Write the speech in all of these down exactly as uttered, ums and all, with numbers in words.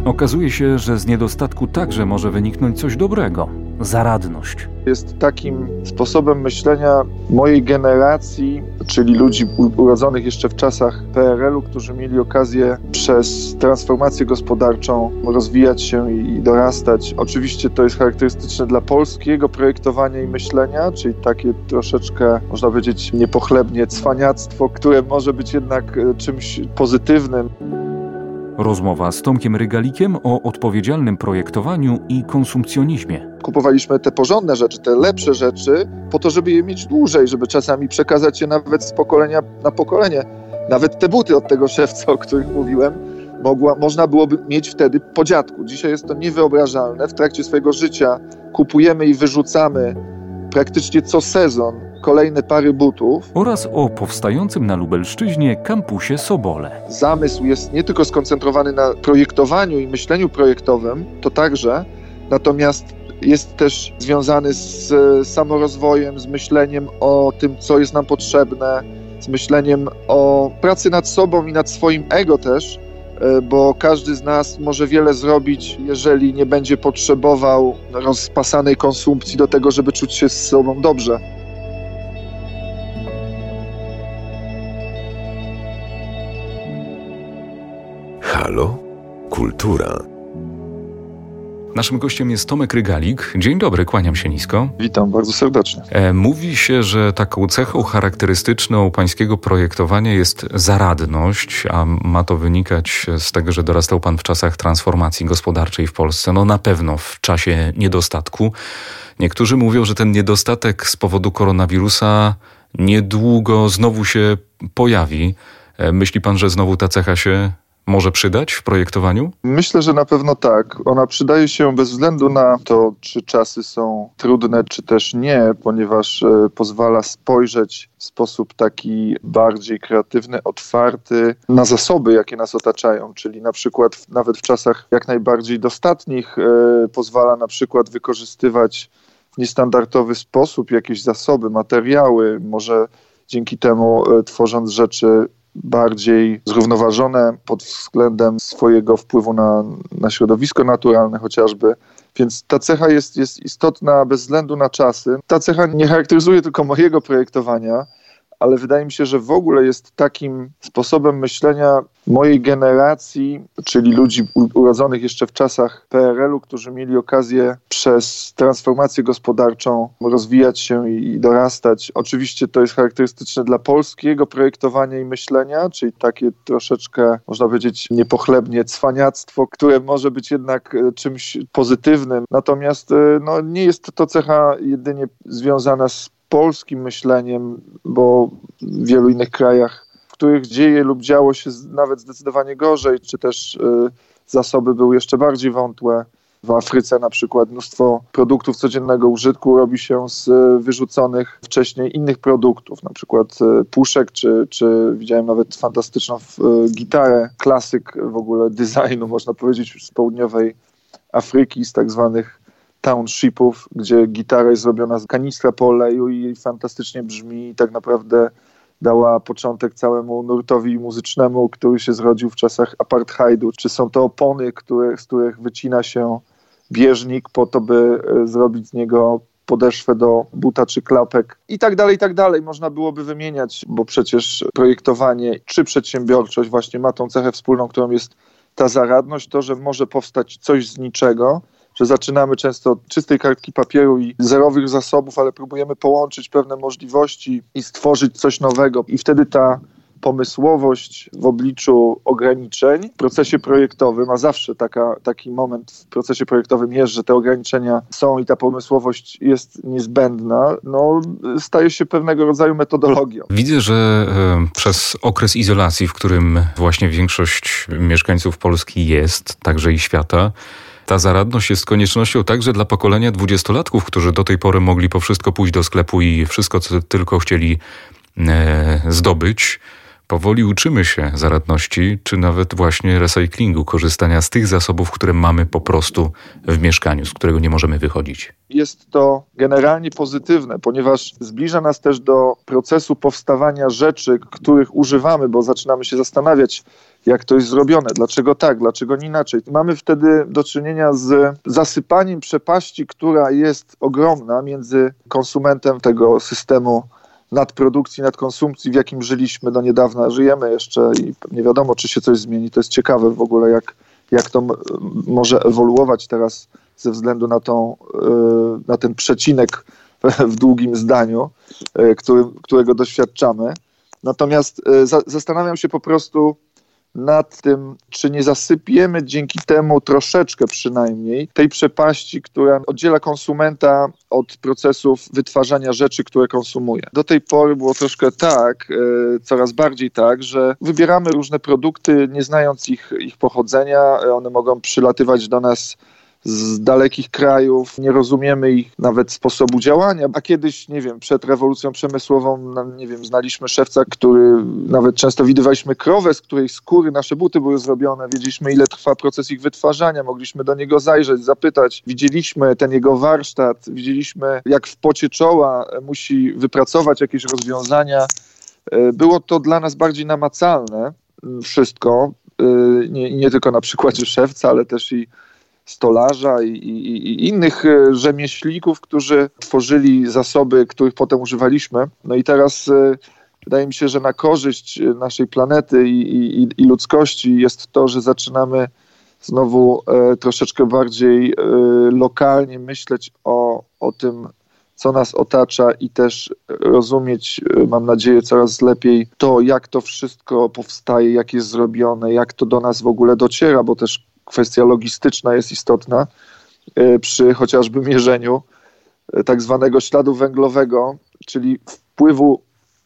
Okazuje się, że z niedostatku także może wyniknąć coś dobrego. Zaradność. Jest takim sposobem myślenia mojej generacji, czyli ludzi urodzonych jeszcze w czasach P R L u, którzy mieli okazję przez transformację gospodarczą rozwijać się i dorastać. Oczywiście to jest charakterystyczne dla polskiego projektowania i myślenia, czyli takie troszeczkę, można powiedzieć, niepochlebnie cwaniactwo, które może być jednak czymś pozytywnym. Rozmowa z Tomkiem Rygalikiem o odpowiedzialnym projektowaniu i konsumpcjonizmie. Kupowaliśmy te porządne rzeczy, te lepsze rzeczy, po to, żeby je mieć dłużej, żeby czasami przekazać je nawet z pokolenia na pokolenie. Nawet te buty od tego szewca, o których mówiłem, mogła, można byłoby mieć wtedy po dziadku. Dzisiaj jest to niewyobrażalne. W trakcie swojego życia kupujemy i wyrzucamy praktycznie co sezon kolejne pary butów. Oraz o powstającym na Lubelszczyźnie kampusie Sobole. Zamysł jest nie tylko skoncentrowany na projektowaniu i myśleniu projektowym, to także, natomiast jest też związany z samorozwojem, z myśleniem o tym, co jest nam potrzebne, z myśleniem o pracy nad sobą i nad swoim ego też, bo każdy z nas może wiele zrobić, jeżeli nie będzie potrzebował rozpasanej konsumpcji do tego, żeby czuć się z sobą dobrze. Halo? Kultura. Naszym gościem jest Tomek Rygalik. Dzień dobry, kłaniam się nisko. Witam bardzo serdecznie. E, mówi się, że taką cechą charakterystyczną pańskiego projektowania jest zaradność, a ma to wynikać z tego, że dorastał pan w czasach transformacji gospodarczej w Polsce. No na pewno w czasie niedostatku. Niektórzy mówią, że ten niedostatek z powodu koronawirusa niedługo znowu się pojawi. E, myśli pan, że znowu ta cecha się może przydać w projektowaniu? Myślę, że na pewno tak. Ona przydaje się bez względu na to, czy czasy są trudne, czy też nie, ponieważ e, pozwala spojrzeć w sposób taki bardziej kreatywny, otwarty na zasoby, jakie nas otaczają, czyli na przykład w, nawet w czasach jak najbardziej dostatnich e, pozwala na przykład wykorzystywać w niestandardowy sposób jakieś zasoby, materiały, może dzięki temu e, tworząc rzeczy bardziej zrównoważone pod względem swojego wpływu na, na środowisko naturalne chociażby. Więc ta cecha jest, jest istotna bez względu na czasy. Ta cecha nie charakteryzuje tylko mojego projektowania, ale wydaje mi się, że w ogóle jest takim sposobem myślenia mojej generacji, czyli ludzi urodzonych jeszcze w czasach P R L u, którzy mieli okazję przez transformację gospodarczą rozwijać się i dorastać. Oczywiście to jest charakterystyczne dla polskiego projektowania i myślenia, czyli takie troszeczkę, można powiedzieć, niepochlebnie cwaniactwo, które może być jednak czymś pozytywnym. Natomiast no, nie jest to cecha jedynie związana z polskim myśleniem, bo w wielu innych krajach, w których dzieje lub działo się nawet zdecydowanie gorzej, czy też y, zasoby były jeszcze bardziej wątłe. W Afryce na przykład mnóstwo produktów codziennego użytku robi się z wyrzuconych wcześniej innych produktów, na przykład puszek, czy, czy widziałem nawet fantastyczną gitarę, klasyk w ogóle designu, można powiedzieć, z południowej Afryki, z tak zwanych townshipów, gdzie gitara jest zrobiona z kanistra po oleju i fantastycznie brzmi i tak naprawdę dała początek całemu nurtowi muzycznemu, który się zrodził w czasach apartheidu. Czy są to opony, które, z których wycina się bieżnik po to, by zrobić z niego podeszwę do buta czy klapek i tak dalej, i tak dalej. Można byłoby wymieniać, bo przecież projektowanie czy przedsiębiorczość właśnie ma tą cechę wspólną, którą jest ta zaradność, to, że może powstać coś z niczego, że zaczynamy często od czystej kartki papieru i zerowych zasobów, ale próbujemy połączyć pewne możliwości i stworzyć coś nowego. I wtedy ta pomysłowość w obliczu ograniczeń w procesie projektowym, a zawsze taka, taki moment w procesie projektowym jest, że te ograniczenia są i ta pomysłowość jest niezbędna, no, staje się pewnego rodzaju metodologią. Widzę, że y, przez okres izolacji, w którym właśnie większość mieszkańców Polski jest, także i świata, ta zaradność jest koniecznością także dla pokolenia dwudziestolatków, którzy do tej pory mogli po wszystko pójść do sklepu i wszystko, co tylko chcieli e, zdobyć, Powoli uczymy się zaradności, czy nawet właśnie recyklingu, korzystania z tych zasobów, które mamy po prostu w mieszkaniu, z którego nie możemy wychodzić. Jest to generalnie pozytywne, ponieważ zbliża nas też do procesu powstawania rzeczy, których używamy, bo zaczynamy się zastanawiać, jak to jest zrobione, dlaczego tak, dlaczego nie inaczej. Mamy wtedy do czynienia z zasypaniem przepaści, która jest ogromna między konsumentem tego systemu nadprodukcji, nadkonsumpcji, w jakim żyliśmy do niedawna, żyjemy jeszcze i nie wiadomo, czy się coś zmieni. To jest ciekawe w ogóle, jak, jak to m- może ewoluować teraz ze względu na, tą, yy, na ten przecinek w długim zdaniu, yy, który, którego doświadczamy. Natomiast yy, za, zastanawiam się po prostu nad tym, czy nie zasypiemy dzięki temu troszeczkę przynajmniej tej przepaści, która oddziela konsumenta od procesów wytwarzania rzeczy, które konsumuje. Do tej pory było troszkę tak, e, coraz bardziej tak, że wybieramy różne produkty, nie znając ich, ich pochodzenia. One mogą przylatywać do nas z dalekich krajów, nie rozumiemy ich nawet sposobu działania, a kiedyś, nie wiem, przed rewolucją przemysłową, nie wiem, znaliśmy szewca, który, nawet często widywaliśmy krowę, z której skóry nasze buty były zrobione, wiedzieliśmy, ile trwa proces ich wytwarzania, mogliśmy do niego zajrzeć, zapytać, widzieliśmy ten jego warsztat, widzieliśmy, jak w pocie czoła musi wypracować jakieś rozwiązania. Było to dla nas bardziej namacalne wszystko, nie, nie tylko na przykładzie szewca, ale też i stolarza i, i, i innych rzemieślników, którzy tworzyli zasoby, których potem używaliśmy. No i teraz y, wydaje mi się, że na korzyść naszej planety i, i, i ludzkości jest to, że zaczynamy znowu y, troszeczkę bardziej y, lokalnie myśleć o, o tym, co nas otacza i też rozumieć, y, mam nadzieję, coraz lepiej to, jak to wszystko powstaje, jak jest zrobione, jak to do nas w ogóle dociera, bo też kwestia logistyczna jest istotna przy chociażby mierzeniu tak zwanego śladu węglowego, czyli wpływu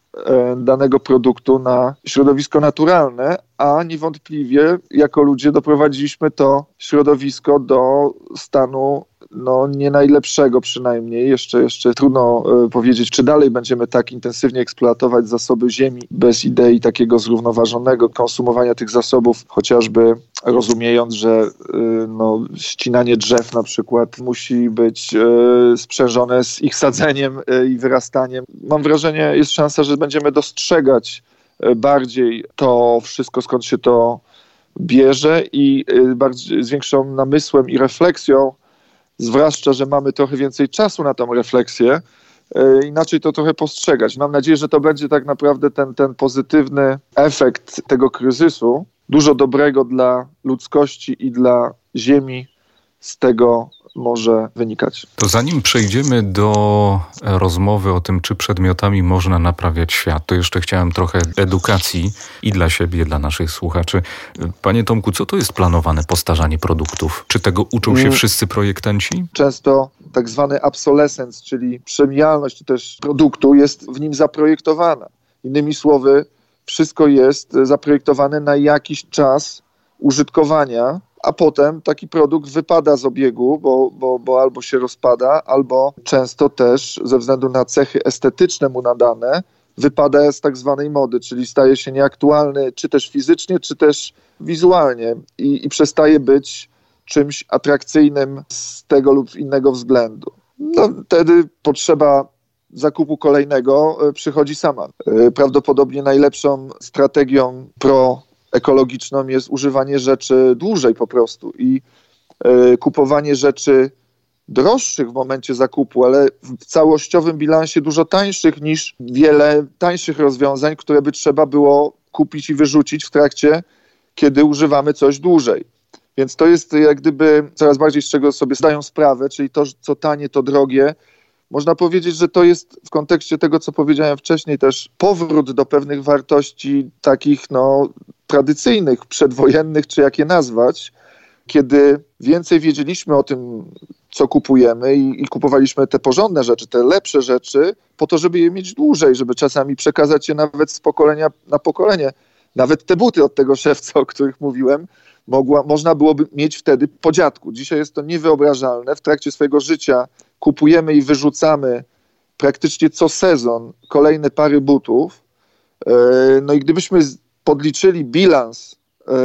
danego produktu na środowisko naturalne, a niewątpliwie jako ludzie doprowadziliśmy to środowisko do stanu no, nie najlepszego przynajmniej. Jeszcze, jeszcze trudno y, powiedzieć, czy dalej będziemy tak intensywnie eksploatować zasoby ziemi bez idei takiego zrównoważonego konsumowania tych zasobów, chociażby rozumiejąc, że y, no, ścinanie drzew na przykład musi być y, sprzężone z ich sadzeniem y, i wyrastaniem. Mam wrażenie, jest szansa, że będziemy dostrzegać y, bardziej to wszystko, skąd się to bierze i y, bardziej, z większą namysłem i refleksją, zwłaszcza, że mamy trochę więcej czasu na tą refleksję, e, inaczej to trochę postrzegać. Mam nadzieję, że to będzie tak naprawdę ten, ten pozytywny efekt tego kryzysu. Dużo dobrego dla ludzkości i dla Ziemi z tego może wynikać. To zanim przejdziemy do rozmowy o tym, czy przedmiotami można naprawiać świat, to jeszcze chciałem trochę edukacji i dla siebie, i dla naszych słuchaczy. Panie Tomku, co to jest planowane postarzanie produktów? Czy tego uczą się wszyscy projektanci? Często tak zwany obsolescence, czyli przemijalność też produktu jest w nim zaprojektowana. Innymi słowy, wszystko jest zaprojektowane na jakiś czas użytkowania, a potem taki produkt wypada z obiegu, bo, bo, bo albo się rozpada, albo często też ze względu na cechy estetyczne mu nadane wypada z tak zwanej mody, czyli staje się nieaktualny czy też fizycznie, czy też wizualnie i, i przestaje być czymś atrakcyjnym z tego lub innego względu. No, wtedy potrzeba zakupu kolejnego przychodzi sama. Prawdopodobnie najlepszą strategią pro ekologiczną jest używanie rzeczy dłużej po prostu i y, kupowanie rzeczy droższych w momencie zakupu, ale w całościowym bilansie dużo tańszych niż wiele tańszych rozwiązań, które by trzeba było kupić i wyrzucić w trakcie, kiedy używamy coś dłużej. Więc to jest jak gdyby coraz bardziej, z czego sobie zdają sprawę, czyli to, co tanie, to drogie. Można powiedzieć, że to jest w kontekście tego, co powiedziałem wcześniej, też powrót do pewnych wartości takich no, tradycyjnych, przedwojennych, czy jak je nazwać, kiedy więcej wiedzieliśmy o tym, co kupujemy i, i kupowaliśmy te porządne rzeczy, te lepsze rzeczy, po to, żeby je mieć dłużej, żeby czasami przekazać je nawet z pokolenia na pokolenie. Nawet te buty od tego szewca, o których mówiłem, mogła, można byłoby mieć wtedy po dziadku. Dzisiaj jest to niewyobrażalne. W trakcie swojego życia kupujemy i wyrzucamy praktycznie co sezon kolejne pary butów, No i gdybyśmy podliczyli bilans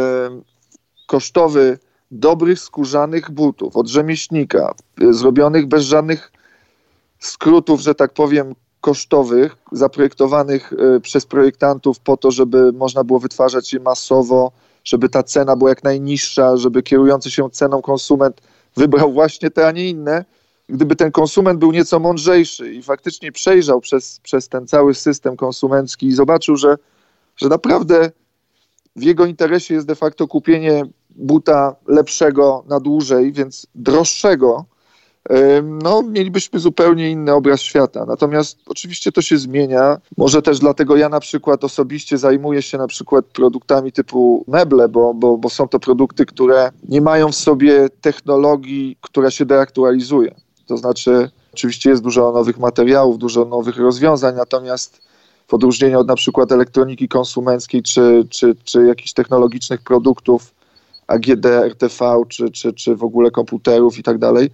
kosztowy dobrych skórzanych butów od rzemieślnika, zrobionych bez żadnych skrótów, że tak powiem, kosztowych, zaprojektowanych przez projektantów po to, żeby można było wytwarzać je masowo, żeby ta cena była jak najniższa, żeby kierujący się ceną konsument wybrał właśnie te, a nie inne. Gdyby ten konsument był nieco mądrzejszy i faktycznie przejrzał przez, przez ten cały system konsumencki i zobaczył, że, że naprawdę w jego interesie jest de facto kupienie buta lepszego na dłużej, więc droższego, no mielibyśmy zupełnie inny obraz świata. Natomiast oczywiście to się zmienia. Może też dlatego ja na przykład osobiście zajmuję się na przykład produktami typu meble, bo, bo, bo są to produkty, które nie mają w sobie technologii, która się deaktualizuje. To znaczy oczywiście jest dużo nowych materiałów, dużo nowych rozwiązań, natomiast w odróżnieniu od na przykład elektroniki konsumenckiej czy, czy, czy jakichś technologicznych produktów A G D, R T V czy, czy, czy w ogóle komputerów i tak dalej,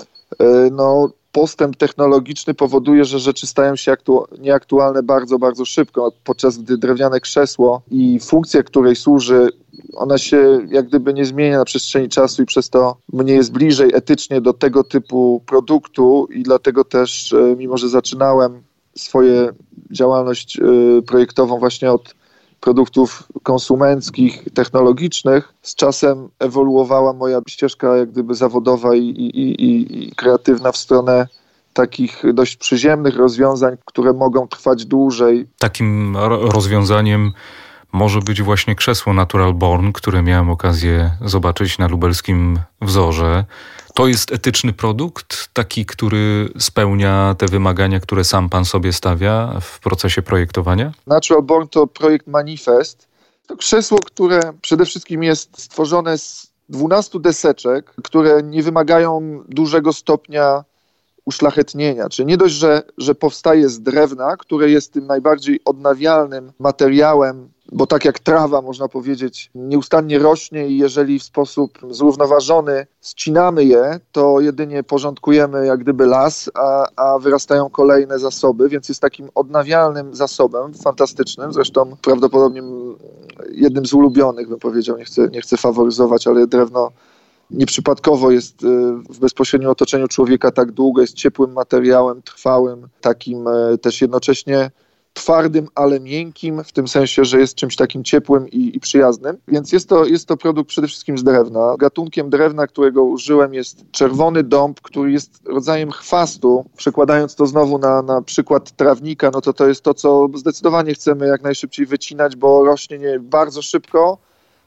no postęp technologiczny powoduje, że rzeczy stają się aktu- nieaktualne bardzo, bardzo szybko, podczas gdy drewniane krzesło i funkcja, której służy, ona się jak gdyby nie zmienia na przestrzeni czasu i przez to mnie jest bliżej etycznie do tego typu produktu i dlatego też, mimo że zaczynałem swoją działalność projektową właśnie od produktów konsumenckich, technologicznych, z czasem ewoluowała moja ścieżka jak gdyby zawodowa i, i, i, i kreatywna w stronę takich dość przyziemnych rozwiązań, które mogą trwać dłużej. Takim rozwiązaniem może być właśnie krzesło Natural Born, które miałem okazję zobaczyć na lubelskim Wzorze. To jest etyczny produkt, taki, który spełnia te wymagania, które sam pan sobie stawia w procesie projektowania? Natural Born to projekt manifest. To krzesło, które przede wszystkim jest stworzone z dwunastu deseczek, które nie wymagają dużego stopnia uszlachetnienia. Czyli nie dość, że, że powstaje z drewna, które jest tym najbardziej odnawialnym materiałem, bo tak jak trawa, można powiedzieć, nieustannie rośnie i jeżeli w sposób zrównoważony ścinamy je, to jedynie porządkujemy jak gdyby las, a, a wyrastają kolejne zasoby, więc jest takim odnawialnym zasobem, fantastycznym, zresztą prawdopodobnie jednym z ulubionych, bym powiedział, nie chcę, nie chcę faworyzować, ale drewno nieprzypadkowo jest w bezpośrednim otoczeniu człowieka tak długo, jest ciepłym materiałem, trwałym, takim też jednocześnie twardym, ale miękkim, w tym sensie, że jest czymś takim ciepłym i, i przyjaznym. Więc jest to, jest to produkt przede wszystkim z drewna. Gatunkiem drewna, którego użyłem, jest czerwony dąb, który jest rodzajem chwastu. Przekładając to znowu na, na przykład trawnika, no to to jest to, co zdecydowanie chcemy jak najszybciej wycinać, bo rośnie nie bardzo szybko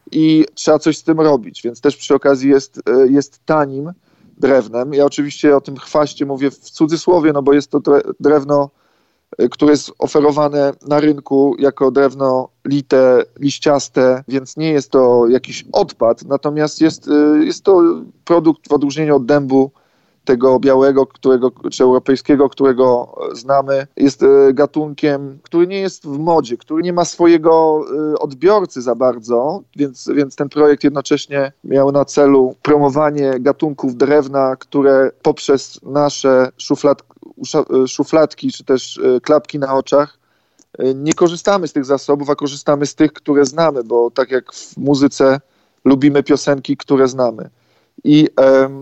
i trzeba coś z tym robić, więc też przy okazji jest, jest tanim drewnem. Ja oczywiście o tym chwaście mówię w cudzysłowie, no bo jest to drewno, które jest oferowane na rynku jako drewno lite, liściaste, więc nie jest to jakiś odpad, natomiast jest, jest to produkt w odróżnieniu od dębu tego białego, którego, czy europejskiego, którego znamy, jest gatunkiem, który nie jest w modzie, który nie ma swojego odbiorcy za bardzo, więc, więc ten projekt jednocześnie miał na celu promowanie gatunków drewna, które poprzez nasze szuflad, szufladki czy też klapki na oczach nie korzystamy z tych zasobów, a korzystamy z tych, które znamy, bo tak jak w muzyce lubimy piosenki, które znamy. I em,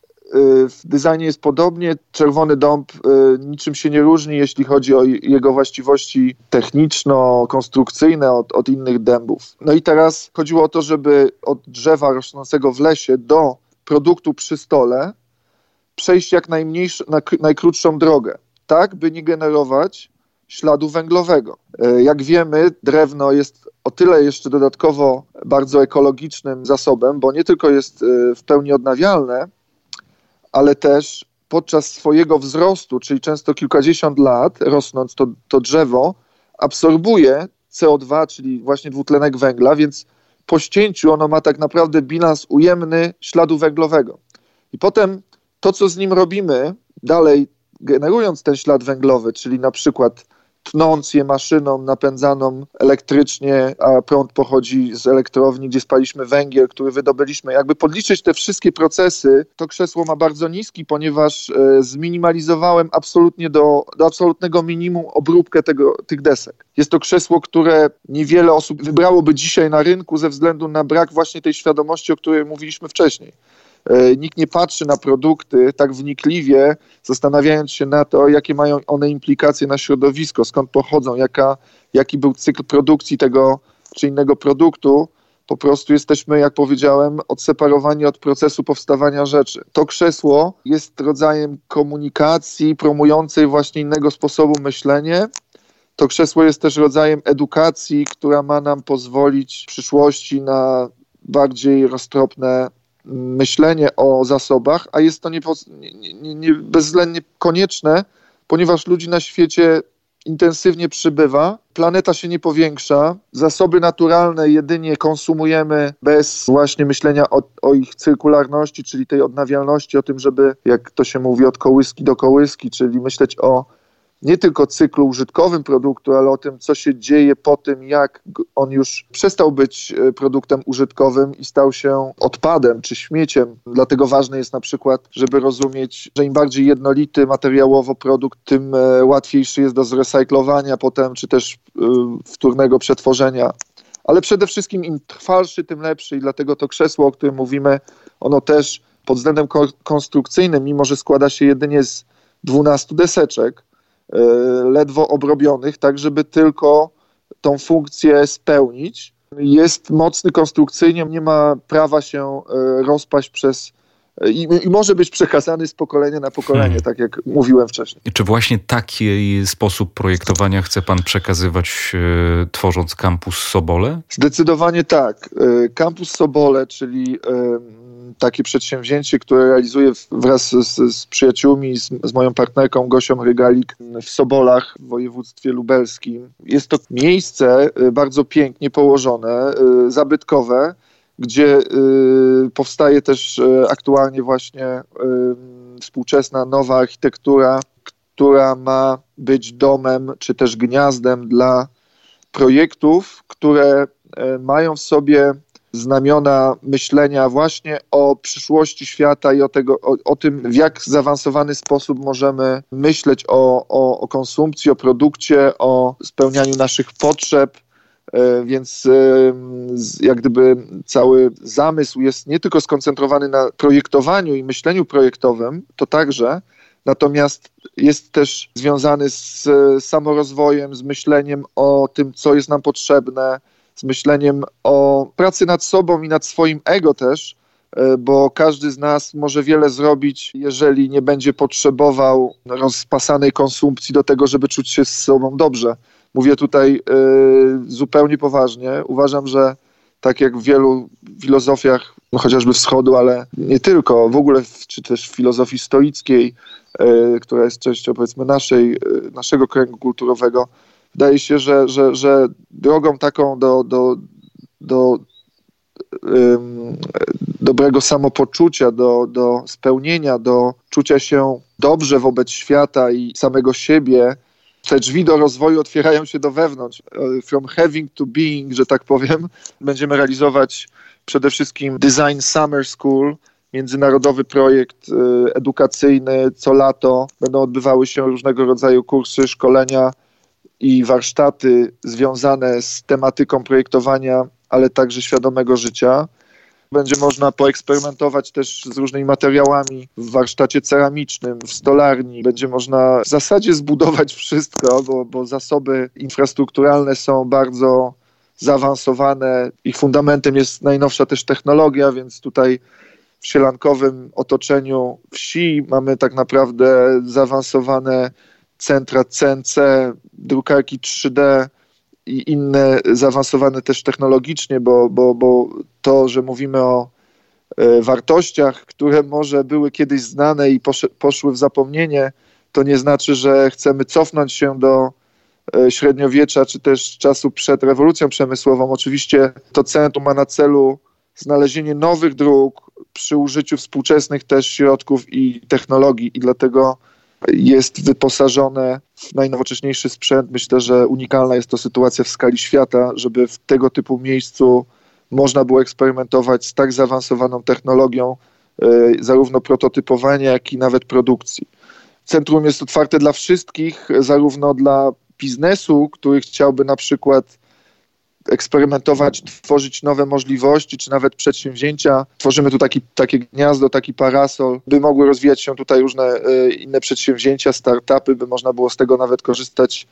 w designie jest podobnie. Czerwony dąb niczym się nie różni, jeśli chodzi o jego właściwości techniczno-konstrukcyjne od, od innych dębów. No i teraz chodziło o to, żeby od drzewa rosnącego w lesie do produktu przy stole przejść jak najmniejszy, najkrótszą drogę, tak by nie generować śladu węglowego. Jak wiemy, drewno jest o tyle jeszcze dodatkowo bardzo ekologicznym zasobem, bo nie tylko jest w pełni odnawialne, ale też podczas swojego wzrostu, czyli często kilkadziesiąt lat, rosnąc to, to drzewo, absorbuje C O dwa, czyli właśnie dwutlenek węgla, więc po ścięciu ono ma tak naprawdę bilans ujemny śladu węglowego. I potem to, co z nim robimy, dalej generując ten ślad węglowy, czyli na przykład tnąc je maszyną napędzaną elektrycznie, a prąd pochodzi z elektrowni, gdzie spaliśmy węgiel, który wydobyliśmy. Jakby podliczyć te wszystkie procesy, to krzesło ma bardzo niski, ponieważ e, zminimalizowałem absolutnie do, do absolutnego minimum obróbkę tego, tych desek. Jest to krzesło, które niewiele osób wybrałoby dzisiaj na rynku ze względu na brak właśnie tej świadomości, o której mówiliśmy wcześniej. Nikt nie patrzy na produkty tak wnikliwie, zastanawiając się na to, jakie mają one implikacje na środowisko, skąd pochodzą, jaka, jaki był cykl produkcji tego czy innego produktu. Po prostu jesteśmy, jak powiedziałem, odseparowani od procesu powstawania rzeczy. To krzesło jest rodzajem komunikacji promującej właśnie innego sposobu myślenia. To krzesło jest też rodzajem edukacji, która ma nam pozwolić w przyszłości na bardziej roztropne myślenie o zasobach, a jest to nie, nie, nie, nie bezwzględnie konieczne, ponieważ ludzi na świecie intensywnie przybywa, planeta się nie powiększa, zasoby naturalne jedynie konsumujemy bez właśnie myślenia o, o ich cyrkularności, czyli tej odnawialności, o tym, żeby, jak to się mówi, od kołyski do kołyski, czyli myśleć o nie tylko cyklu użytkowym produktu, ale o tym, co się dzieje po tym, jak on już przestał być produktem użytkowym i stał się odpadem czy śmieciem. Dlatego ważne jest na przykład, żeby rozumieć, że im bardziej jednolity materiałowo produkt, tym łatwiejszy jest do zrecyklowania potem, czy też wtórnego przetworzenia. Ale przede wszystkim im trwalszy, tym lepszy i dlatego to krzesło, o którym mówimy, ono też pod względem konstrukcyjnym, mimo że składa się jedynie z dwunastu deseczek, ledwo obrobionych, tak żeby tylko tą funkcję spełnić. Jest mocny konstrukcyjnie, nie ma prawa się rozpaść przez i, i może być przekazany z pokolenia na pokolenie, hmm. tak jak mówiłem wcześniej. Czy właśnie taki sposób projektowania chce pan przekazywać, e, tworząc Campus Sobole? Zdecydowanie tak. Campus Sobole, czyli e, takie przedsięwzięcie, które realizuję wraz z, z przyjaciółmi, z, z moją partnerką Gosią Rygalik w Sobolach w województwie lubelskim. Jest to miejsce bardzo pięknie położone, zabytkowe, gdzie y, powstaje też y, aktualnie właśnie y, współczesna nowa architektura, która ma być domem czy też gniazdem dla projektów, które y, mają w sobie znamiona myślenia właśnie o przyszłości świata i o, tego, o, o tym, w jak zaawansowany sposób możemy myśleć o, o, o konsumpcji, o produkcie, o spełnianiu naszych potrzeb. Więc jak gdyby cały zamysł jest nie tylko skoncentrowany na projektowaniu i myśleniu projektowym, to także, natomiast jest też związany z samorozwojem, z myśleniem o tym, co jest nam potrzebne, z myśleniem o pracy nad sobą i nad swoim ego też, bo każdy z nas może wiele zrobić, jeżeli nie będzie potrzebował rozpasanej konsumpcji do tego, żeby czuć się z sobą dobrze. Mówię tutaj y, zupełnie poważnie. Uważam, że tak jak w wielu filozofiach, no chociażby wschodu, ale nie tylko, w ogóle w, czy też w filozofii stoickiej, y, która jest częścią powiedzmy naszej, y, naszego kręgu kulturowego, wydaje się, że, że, że drogą taką do, do, do y, dobrego samopoczucia, do, do spełnienia, do czucia się dobrze wobec świata i samego siebie, te drzwi do rozwoju otwierają się do wewnątrz. From having to being, że tak powiem. Będziemy realizować przede wszystkim Design Summer School, międzynarodowy projekt edukacyjny. Co lato będą odbywały się różnego rodzaju kursy, szkolenia i warsztaty związane z tematyką projektowania, ale także świadomego życia. Będzie można poeksperymentować też z różnymi materiałami w warsztacie ceramicznym, w stolarni. Będzie można w zasadzie zbudować wszystko, bo, bo zasoby infrastrukturalne są bardzo zaawansowane. Ich fundamentem jest najnowsza też technologia, więc tutaj w sielankowym otoczeniu wsi mamy tak naprawdę zaawansowane centra C N C, drukarki trzy D, i inne zaawansowane też technologicznie, bo, bo, bo to, że mówimy o e, wartościach, które może były kiedyś znane i posz, poszły w zapomnienie, to nie znaczy, że chcemy cofnąć się do e, średniowiecza, czy też czasu przed rewolucją przemysłową. Oczywiście to centrum ma na celu znalezienie nowych dróg przy użyciu współczesnych też środków i technologii i dlatego jest wyposażone w najnowocześniejszy sprzęt. Myślę, że unikalna jest to sytuacja w skali świata, żeby w tego typu miejscu można było eksperymentować z tak zaawansowaną technologią, zarówno prototypowania, jak i nawet produkcji. Centrum jest otwarte dla wszystkich, zarówno dla biznesu, który chciałby na przykład eksperymentować, tworzyć nowe możliwości, czy nawet przedsięwzięcia. Tworzymy tu taki, takie gniazdo, taki parasol, by mogły rozwijać się tutaj różne y, inne przedsięwzięcia, startupy, by można było z tego nawet korzystać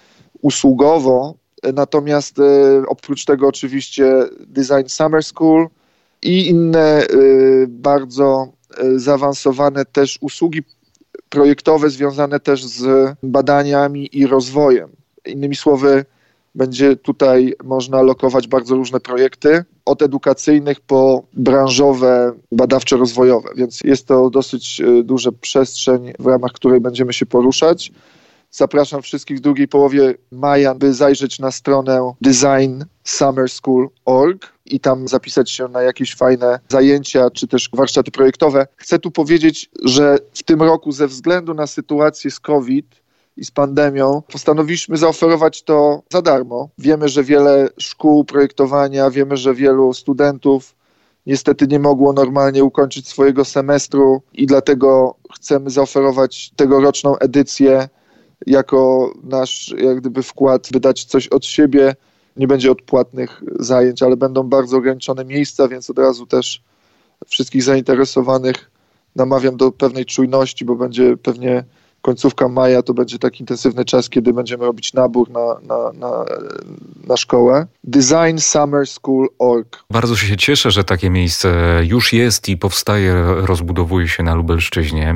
usługowo. Natomiast y, oprócz tego oczywiście Design Summer School i inne y, bardzo y, zaawansowane też usługi projektowe związane też z badaniami i rozwojem. Innymi słowy, będzie tutaj można lokować bardzo różne projekty, od edukacyjnych po branżowe, badawczo-rozwojowe, więc jest to dosyć duża przestrzeń, w ramach której będziemy się poruszać. Zapraszam wszystkich w drugiej połowie maja, by zajrzeć na stronę design summer school kropka org i tam zapisać się na jakieś fajne zajęcia, czy też warsztaty projektowe. Chcę tu powiedzieć, że w tym roku ze względu na sytuację z COVID i z pandemią postanowiliśmy zaoferować to za darmo. Wiemy, że wiele szkół projektowania, wiemy, że wielu studentów niestety nie mogło normalnie ukończyć swojego semestru i dlatego chcemy zaoferować tegoroczną edycję jako nasz jak gdyby wkład, wydać coś od siebie. Nie będzie odpłatnych zajęć, ale będą bardzo ograniczone miejsca, więc od razu też wszystkich zainteresowanych namawiam do pewnej czujności, bo będzie pewnie końcówka maja, to będzie taki intensywny czas, kiedy będziemy robić nabór na, na, na, na szkołę. design summer school kropka org. Bardzo się cieszę, że takie miejsce już jest i powstaje, rozbudowuje się na Lubelszczyźnie,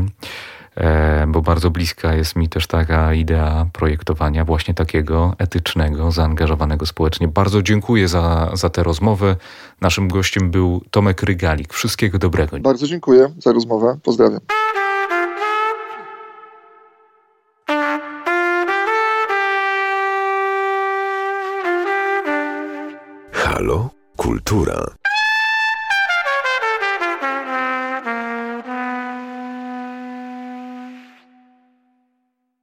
bo bardzo bliska jest mi też taka idea projektowania właśnie takiego etycznego, zaangażowanego społecznie. Bardzo dziękuję za, za tę rozmowę. Naszym gościem był Tomek Rygalik. Wszystkiego dobrego. Bardzo dziękuję za rozmowę. Pozdrawiam. Halo? Kultura.